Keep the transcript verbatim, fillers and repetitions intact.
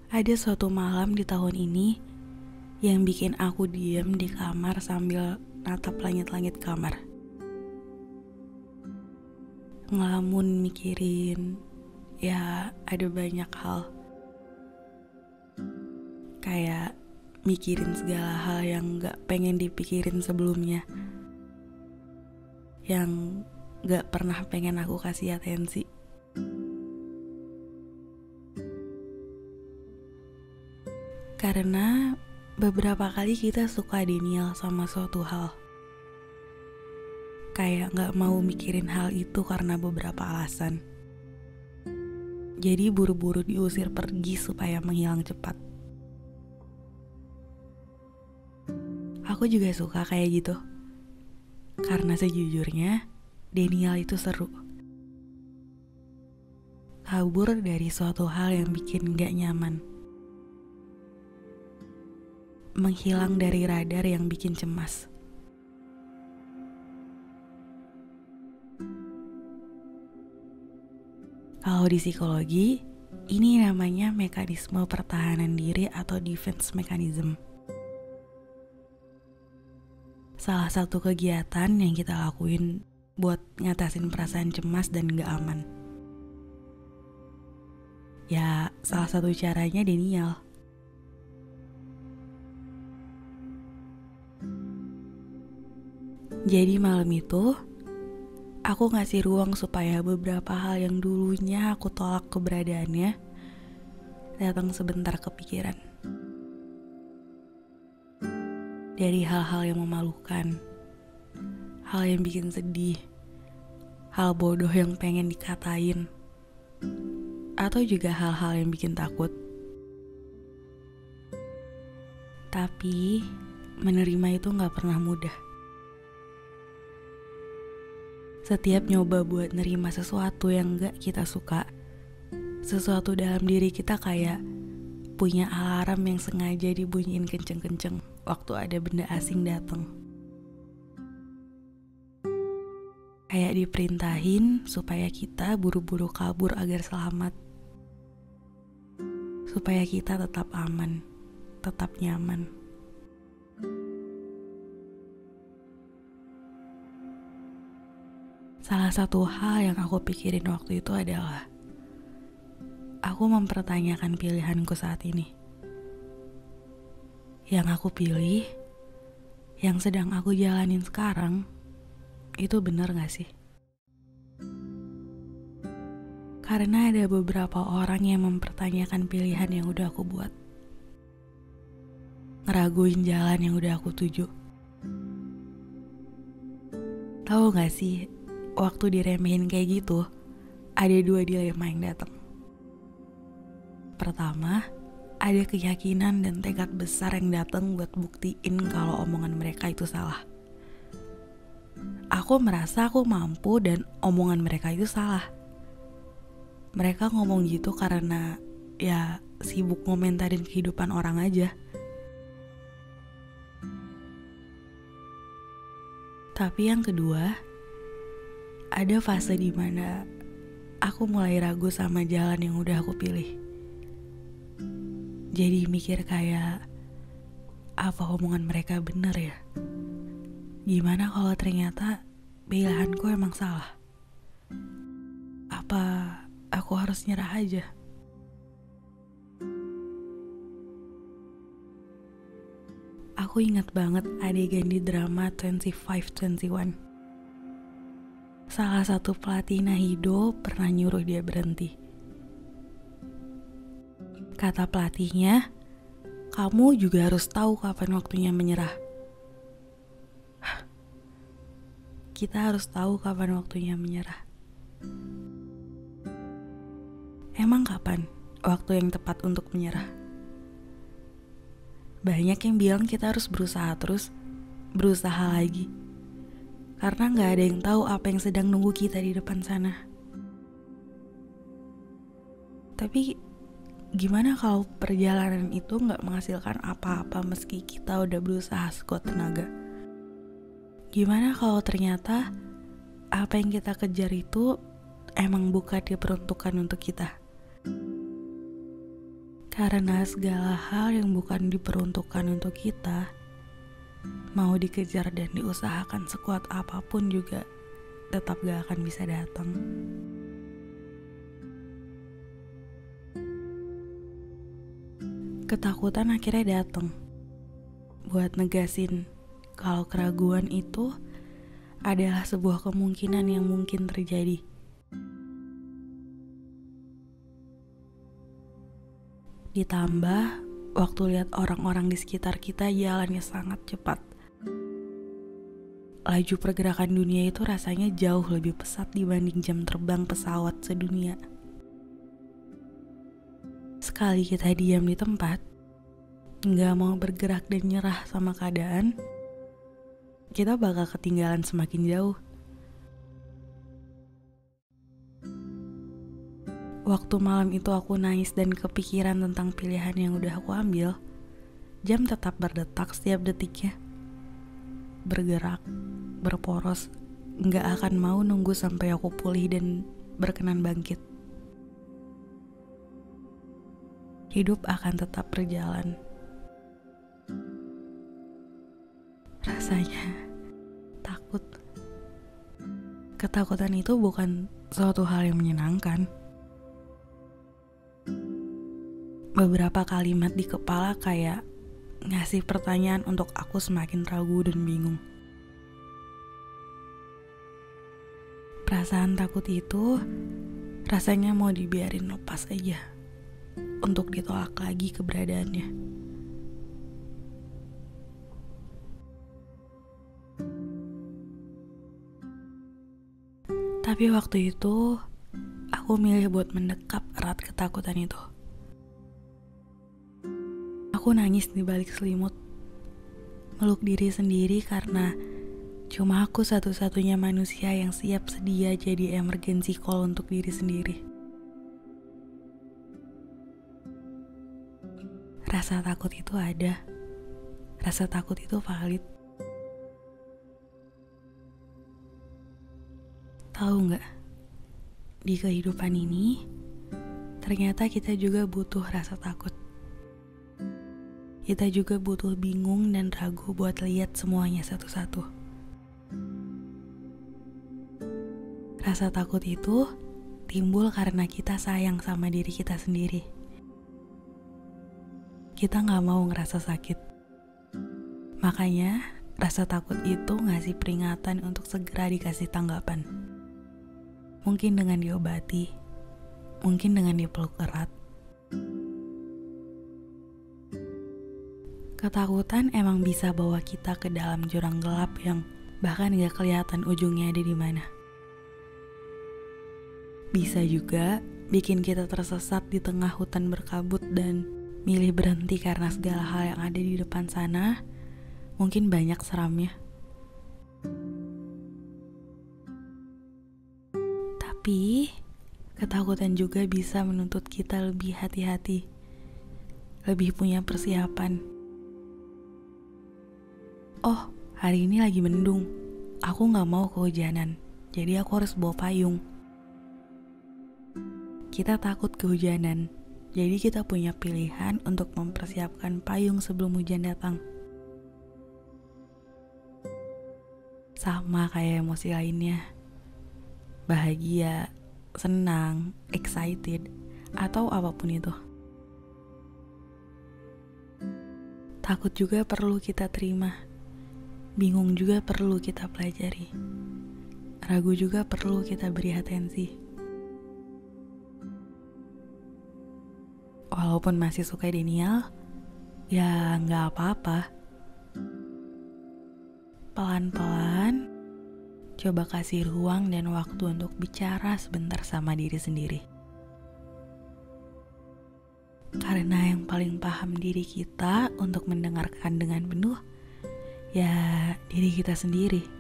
Ada suatu malam di tahun ini yang bikin aku diem di kamar sambil natap langit-langit kamar. Ngelamun mikirin, ya ada banyak hal. Kayak mikirin segala hal yang gak pengen dipikirin sebelumnya. Yang gak pernah pengen aku kasih atensi. Karena beberapa kali kita suka denial sama suatu hal. Kayak gak mau mikirin hal itu karena beberapa alasan. Jadi buru-buru diusir pergi supaya menghilang cepat. Aku juga suka kayak gitu. Karena sejujurnya, denial itu seru. Kabur dari suatu hal yang bikin gak nyaman. Menghilang dari radar yang bikin cemas. Kalau di psikologi, ini namanya mekanisme pertahanan diri atau defense mechanism. Salah satu kegiatan yang kita lakuin buat ngatasin perasaan cemas dan gak aman. Ya, salah satu caranya denial. Jadi malam itu, aku ngasih ruang supaya beberapa hal yang dulunya aku tolak keberadaannya datang sebentar kepikiran. Dari hal-hal yang memalukan, hal yang bikin sedih, hal bodoh yang pengen dikatain, atau juga hal-hal yang bikin takut. Tapi, menerima itu gak pernah mudah. Setiap nyoba buat nerima sesuatu yang gak kita suka, sesuatu dalam diri kita kayak punya alarm yang sengaja dibunyiin kenceng-kenceng waktu ada benda asing datang. Kayak diperintahin supaya kita buru-buru kabur agar selamat. Supaya kita tetap aman, tetap nyaman. Salah satu hal yang aku pikirin waktu itu adalah aku mempertanyakan pilihanku saat ini. Yang aku pilih, yang sedang aku jalanin sekarang, itu benar gak sih? Karena ada beberapa orang yang mempertanyakan pilihan yang udah aku buat. Ngeraguin jalan yang udah aku tuju. Tahu gak sih? Waktu diremehin kayak gitu, ada dua dilema yang datang. Pertama, ada keyakinan dan tekad besar yang datang buat buktiin kalau omongan mereka itu salah. Aku merasa aku mampu dan omongan mereka itu salah. Mereka ngomong gitu karena ya sibuk ngomentarin kehidupan orang aja. Tapi yang kedua, ada fase di mana aku mulai ragu sama jalan yang udah aku pilih. Jadi mikir kayak, apa omongan mereka bener ya? Gimana kalau ternyata pilihanku emang salah? Apa aku harus nyerah aja? Aku ingat banget adegan di drama twenty-five twenty-one. Salah satu pelatih Nahido pernah nyuruh dia berhenti. Kata pelatihnya, kamu juga harus tahu kapan waktunya menyerah. Kita harus tahu kapan waktunya menyerah. Emang kapan waktu yang tepat untuk menyerah? Banyak yang bilang kita harus berusaha terus, berusaha lagi. Karena gak ada yang tahu apa yang sedang nunggu kita di depan sana. Tapi gimana kalau perjalanan itu gak menghasilkan apa-apa meski kita udah berusaha sekuat tenaga? Gimana kalau ternyata apa yang kita kejar itu emang bukan diperuntukkan untuk kita? Karena segala hal yang bukan diperuntukkan untuk kita, mau dikejar dan diusahakan sekuat apapun juga tetap gak akan bisa datang. Ketakutan akhirnya datang buat negasin kalau keraguan itu adalah sebuah kemungkinan yang mungkin terjadi. Ditambah waktu lihat orang-orang di sekitar kita jalannya sangat cepat. Laju pergerakan dunia itu rasanya jauh lebih pesat dibanding jam terbang pesawat sedunia. Sekali kita diam di tempat, nggak mau bergerak dan nyerah sama keadaan, kita bakal ketinggalan semakin jauh. Waktu malam itu aku nangis dan kepikiran tentang pilihan yang udah aku ambil, jam tetap berdetak setiap detiknya. Bergerak, berporos, nggak akan mau nunggu sampai aku pulih dan berkenan bangkit. Hidup akan tetap berjalan. Rasanya takut. Ketakutan itu bukan suatu hal yang menyenangkan. Beberapa kalimat di kepala kayak ngasih pertanyaan untuk aku semakin ragu dan bingung. Perasaan takut itu rasanya mau dibiarin lepas aja untuk ditolak lagi keberadaannya. Tapi waktu itu aku milih buat mendekap erat ketakutan itu. Aku nangis di balik selimut, meluk diri sendiri karena cuma aku satu-satunya manusia yang siap sedia jadi emergency call untuk diri sendiri. Rasa takut itu ada, rasa takut itu valid. Tahu nggak, di kehidupan ini ternyata kita juga butuh rasa takut. Kita juga butuh bingung dan ragu buat lihat semuanya satu-satu. Rasa takut itu timbul karena kita sayang sama diri kita sendiri. Kita gak mau ngerasa sakit. Makanya rasa takut itu ngasih peringatan untuk segera dikasih tanggapan. Mungkin dengan diobati, mungkin dengan dipeluk erat. Ketakutan emang bisa bawa kita ke dalam jurang gelap yang bahkan gak kelihatan ujungnya ada di mana. Bisa juga bikin kita tersesat di tengah hutan berkabut dan milih berhenti karena segala hal yang ada di depan sana mungkin banyak seramnya. Tapi ketakutan juga bisa menuntut kita lebih hati-hati, lebih punya persiapan. Oh, hari ini lagi mendung. Aku gak mau kehujanan, jadi aku harus bawa payung. Kita takut kehujanan, jadi kita punya pilihan untuk mempersiapkan payung sebelum hujan datang. Sama kayak emosi lainnya. Bahagia, senang, excited, atau apapun itu. Takut juga perlu kita terima. Bingung juga perlu kita pelajari. Ragu juga perlu kita beri atensi. Walaupun masih suka denial, ya nggak apa-apa. Pelan-pelan, coba kasih ruang dan waktu untuk bicara sebentar sama diri sendiri. Karena yang paling paham diri kita untuk mendengarkan dengan penuh, ya diri kita sendiri.